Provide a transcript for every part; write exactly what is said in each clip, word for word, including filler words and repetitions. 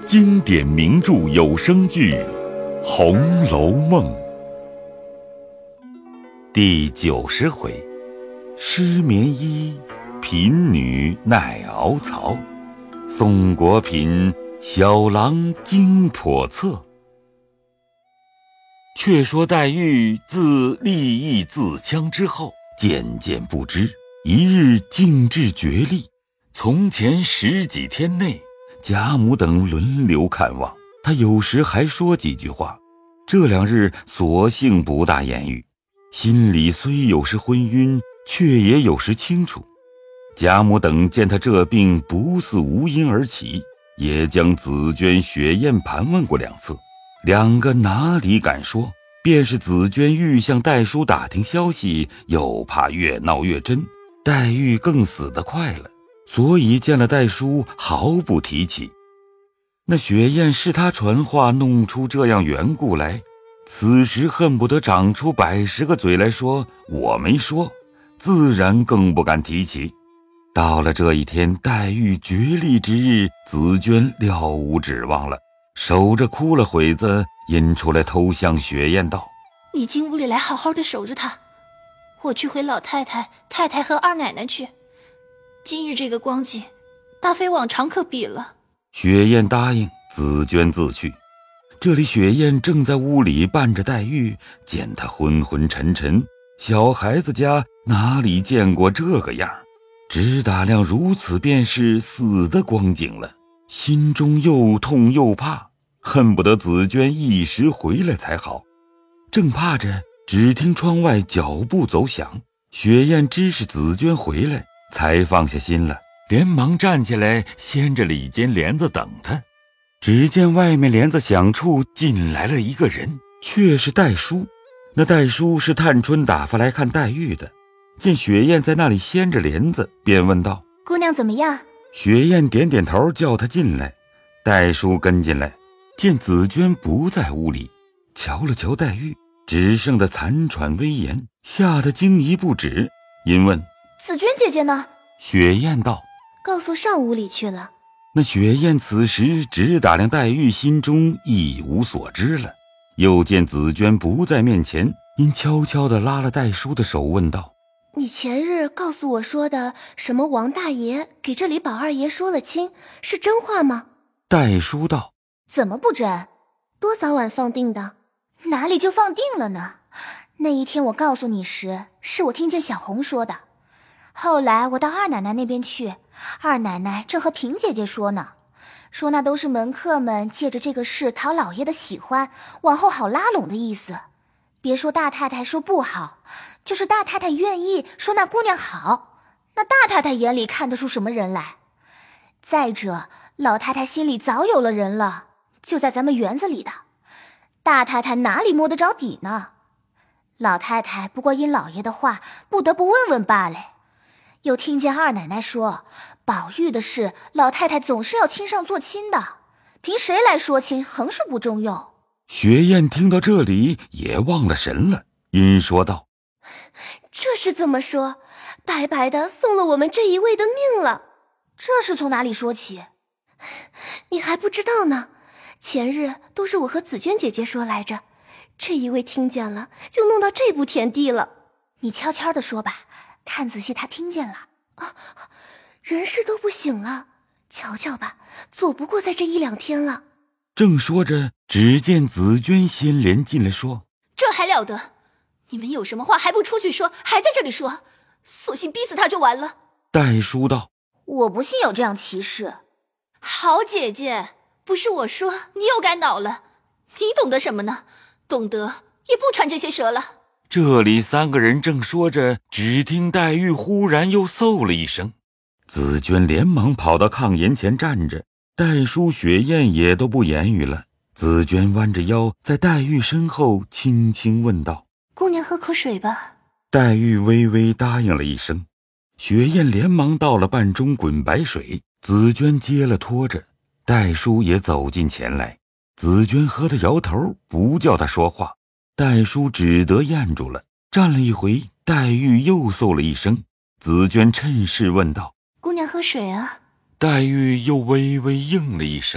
经典名著有声剧《红楼梦》第九十回：失眠衣，贫女耐熬槽；宋国品，小郎精叵测。却说黛玉自立意自戕之后，渐渐不知，一日竟至决力。从前十几天内，贾母等轮流看望，她有时还说几句话，这两日索性不大言语，心里虽有时昏晕，却也有时清楚。贾母等见她这病不似无因而起，也将紫鹃、雪雁盘问过两次，两个哪里敢说，便是紫鹃欲向黛叔打听消息，又怕越闹越真，黛玉更死得快了，所以见了黛叔毫不提起。那雪雁是他传话弄出这样缘故来，此时恨不得长出百十个嘴来说我没说，自然更不敢提起。到了这一天黛玉决力之日，紫鹃了无指望了，守着哭了会子，引出来偷向雪雁道： 你进屋里来好好的守着他，我去回老太太、太太和二奶奶去。今日这个光景，大非往常可比了。 雪雁答应，紫鹃自去。这里雪雁正在屋里伴着黛玉，见她昏昏沉沉，小孩子家哪里见过这个样，只打量如此便是死的光景了，心中又痛又怕，恨不得紫鹃一时回来才好。正怕着，只听窗外脚步走响，雪雁知是紫鹃回来，才放下心了，连忙站起来，掀着里间帘子等他。只见外面帘子响处进来了一个人，却是黛叔。那黛叔是探春打发来看黛玉的，见雪雁在那里掀着帘子，便问道： 姑娘怎么样？ 雪雁点点头，叫他进来。黛叔跟进来，见紫鹃不在屋里，瞧了瞧黛玉，只剩得残喘微言，吓得惊疑不止，因问： 紫鹃姐姐呢？ 雪雁道： 告诉上屋里去了。 那雪雁此时只打量黛玉，心中一无所知了，又见紫鹃不在面前，因悄悄地拉了黛叔的手，问道： 你前日告诉我说的什么王大爷给这里宝二爷说了亲，是真话吗？ 黛叔道： 怎么不真？ 多早晚放定的？ 哪里就放定了呢？那一天我告诉你时，是我听见小红说的。后来我到二奶奶那边去，二奶奶正和平姐姐说呢，说那都是门客们借着这个事讨老爷的喜欢，往后好拉拢的意思。别说大太太说不好，就是大太太愿意说那姑娘好，那大太太眼里看得出什么人来？再者，老太太心里早有了人了，就在咱们园子里的，大太太哪里摸得着底呢？老太太不过因老爷的话，不得不问问罢了。又听见二奶奶说，宝玉的事，老太太总是要亲上做亲的，凭谁来说亲，横是不中用。 雪雁听到这里也忘了神了，因说道： 这是怎么说？白白的送了我们这一位的命了。 这是从哪里说起？ 你还不知道呢，前日都是我和紫鹃姐姐说来着，这一位听见了，就弄到这步田地了。 你悄悄地说吧，看仔细他听见了。 啊，人事都不醒了，瞧瞧吧，左不过在这一两天了。 正说着，只见紫鹃掀帘进来说： 这还了得？你们有什么话还不出去说，还在这里说，索性逼死他就完了。 黛叔道： 我不信有这样奇事。好姐姐，不是我说，你又该恼了。你懂得什么呢？懂得也不传这些舌了。 这里三个人正说着，只听黛玉忽然又嗽了一声，紫鹃连忙跑到炕沿前站着，黛叔、雪雁也都不言语了。紫鹃弯着腰在黛玉身后轻轻问道： 姑娘喝口水吧。 黛玉微微答应了一声，雪雁连忙倒了半盅滚白水，紫鹃接了拖着，黛叔也走近前来，紫鹃和他摇头，不叫他说话，黛叔只得咽住了。站了一回，黛玉又嗽了一声，紫鹃趁势问道： 姑娘喝水啊？ 黛玉又微微应了一声。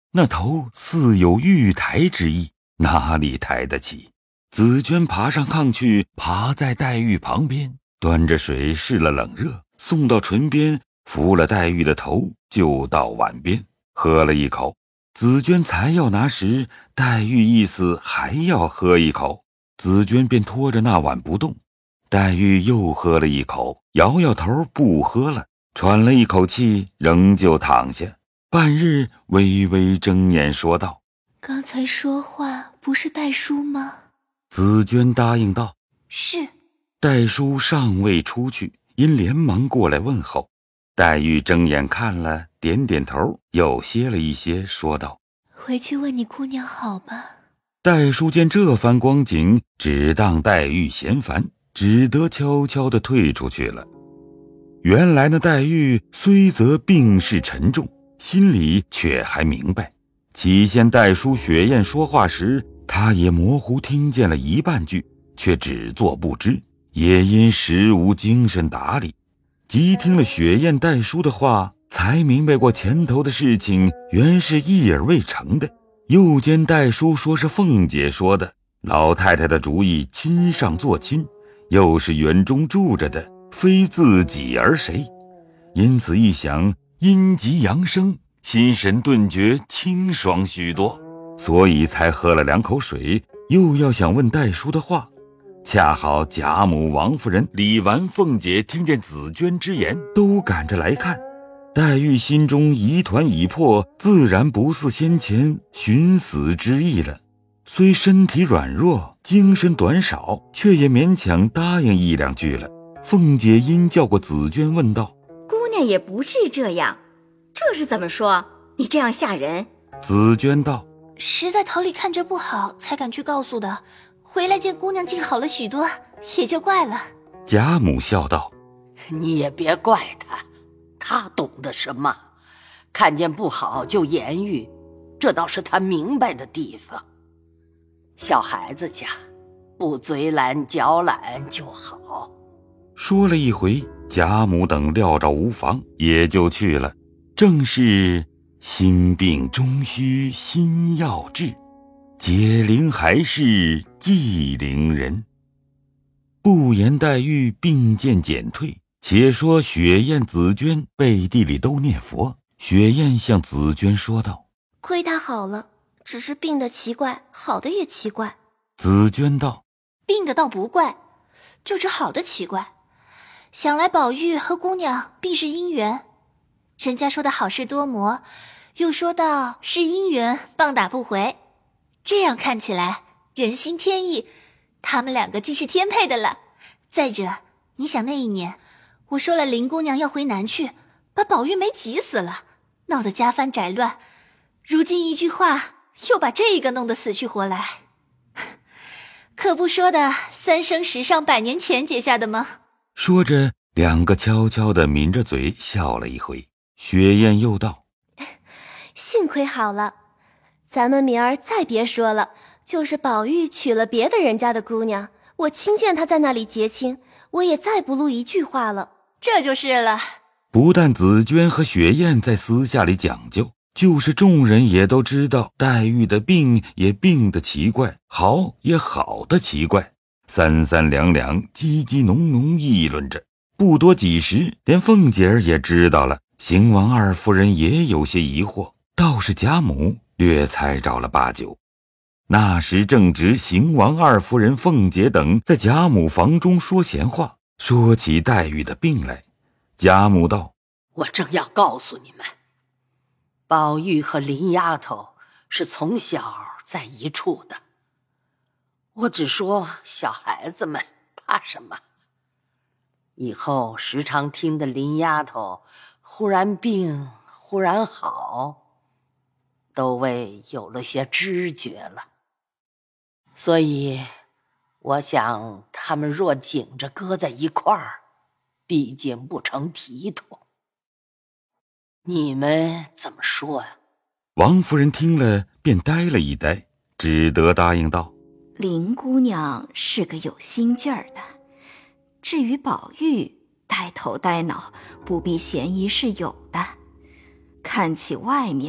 那头似有欲抬之意，哪里抬得起？紫鹃爬上炕去，爬在黛玉旁边，端着水试了冷热，送到唇边，扶了黛玉的头，就到碗边，喝了一口。紫鹃才要拿时，黛玉意思还要喝一口，紫鹃便拖着那碗不动。黛玉又喝了一口，摇摇头不喝了，喘了一口气，仍旧躺下。半日微微睁眼说道： 刚才说话不是戴叔吗？ 紫鹃答应道： 是。 戴叔尚未出去，因连忙过来问候。黛玉睁眼看了，点点头，又歇了一歇，说道： 回去问你姑娘好吧。 戴叔见这番光景，只当黛玉嫌烦，只得悄悄地退出去了。原来那黛玉虽则病势沉重，心里却还明白。起先戴叔雪雁说话时，他也模糊听见了一半句，却只作不知，也因时无精神打理。即听了雪雁戴叔的话，才明白过前头的事情原是一而未成的。又见戴叔说是凤姐说的，老太太的主意亲上做亲，又是园中住着的，非自己而谁？因此一想，阴极阳生，心神顿觉清爽许多，所以才喝了两口水，又要想问戴叔的话。恰好贾母、王夫人、李纨、凤姐听见紫鹃之言，都赶着来看。黛玉心中疑团已破，自然不似先前寻死之意了。虽身体软弱，精神短少，却也勉强答应一两句了。凤姐因叫过紫鹃问道： 姑娘也不至这样，这是怎么说？你这样吓人。 紫鹃道： 实在桃李看着不好，才敢去告诉的。回来见姑娘竟好了许多，也就怪了。 贾母笑道： 你也别怪他，他懂得什么？看见不好就言语，这倒是他明白的地方。小孩子家不嘴懒脚懒就好。 说了一回，贾母等料着无妨，也就去了。正是心病终须心药治，解铃还是系铃人。不言黛玉病渐减退，且说雪雁、紫鹃背地里都念佛。雪雁向紫鹃说道： 亏他好了，只是病得奇怪，好的也奇怪。 紫鹃道： 病的倒不怪，就是好的奇怪。想来宝玉和姑娘必是姻缘，人家说的好事多磨，又说到是姻缘棒打不回，这样看起来人心天意，他们两个竟是天配的了。再者，你想那一年我说了林姑娘要回南去，把宝玉没急死了，闹得家藩宅乱，如今一句话又把这个弄得死去活来，可不说的三生石上百年前结下的吗？ 说着，两个悄悄地抿着嘴笑了一回。雪雁又道： 幸亏好了，咱们明儿再别说了，就是宝玉娶了别的人家的姑娘，我亲见他在那里结亲，我也再不露一句话了，这就是了。 不但紫鹃和雪雁在私下里讲究，就是众人也都知道黛玉的病也病得奇怪，好也好的奇怪，三三两两叽叽哝哝议论着。不多几时，连凤姐儿也知道了，邢王二夫人也有些疑惑，倒是贾母略猜着了八九。那时正值邢王二夫人、凤姐等在贾母房中说闲话，说起黛玉的病来。贾母道： 我正要告诉你们，宝玉和林丫头是从小在一处的，我只说小孩子们怕什么，以后时常听得林丫头忽然病忽然好，都为有了些知觉了，所以我想他们若紧着搁在一块儿，毕竟不成体统。你们怎么说呀？ 王夫人听了便呆了一呆，只得答应道： 林姑娘是个有心劲儿的，至于宝玉呆头呆脑，不必嫌疑是有的，看起外面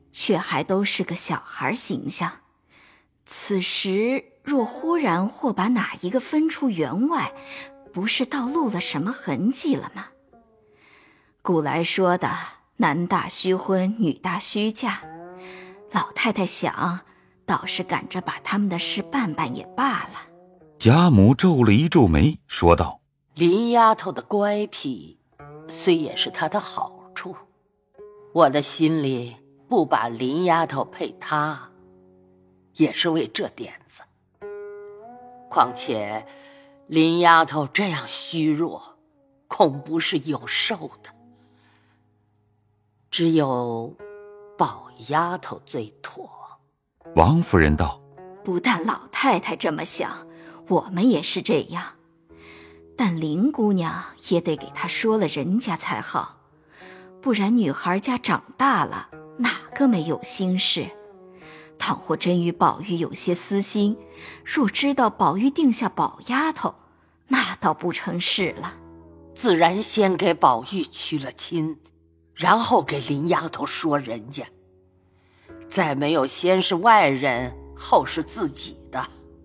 却还都是个小孩形象。此时若忽然或把哪一个分出员外，不是倒露了什么痕迹了吗？古来说的男大须婚，女大须嫁，老太太想，倒是赶着把他们的事办办也罢了。 贾母皱了一皱眉，说道： 林丫头的乖僻，虽也是她的好处，我的心里不把林丫头配她，也是为这点子。况且林丫头这样虚弱，恐不是有寿的，只有宝丫头最妥。 王夫人道： 不但老太太这么想，我们也是这样，但林姑娘也得给她说了人家才好，不然女孩家长大了，哪个没有心事？倘或真与宝玉有些私心，若知道宝玉定下宝丫头，那倒不成事了。 自然先给宝玉娶了亲，然后给林丫头说人家，再没有先是外人后是自己的。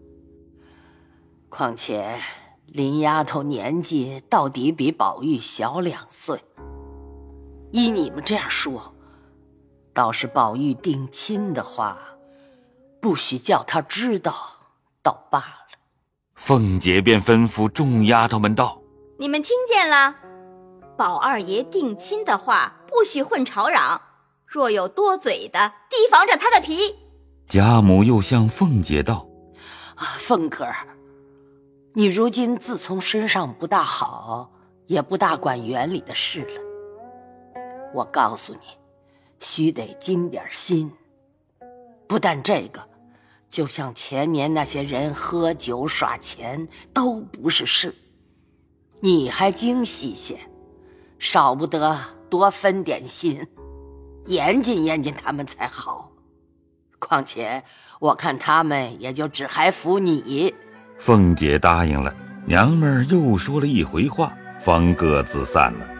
况且林丫头年纪到底比宝玉小两岁，依你们这样说，倒是宝玉定亲的话，不许叫他知道，倒罢了。 凤姐便吩咐众丫头们道： 你们听见了？宝二爷定亲的话，不许混吵嚷，若有多嘴的，提防着他的皮。 贾母又向凤姐道： 啊，凤哥儿，你如今自从身上不大好，也不大管园里的事了。我告诉你，须得精点心。不但这个，就像前年那些人喝酒耍钱，都不是事。你还精细些，少不得多分点心，严谨严谨他们才好。况且我看他们也就只还服你。 凤姐答应了，娘们儿又说了一回话，方各自散了。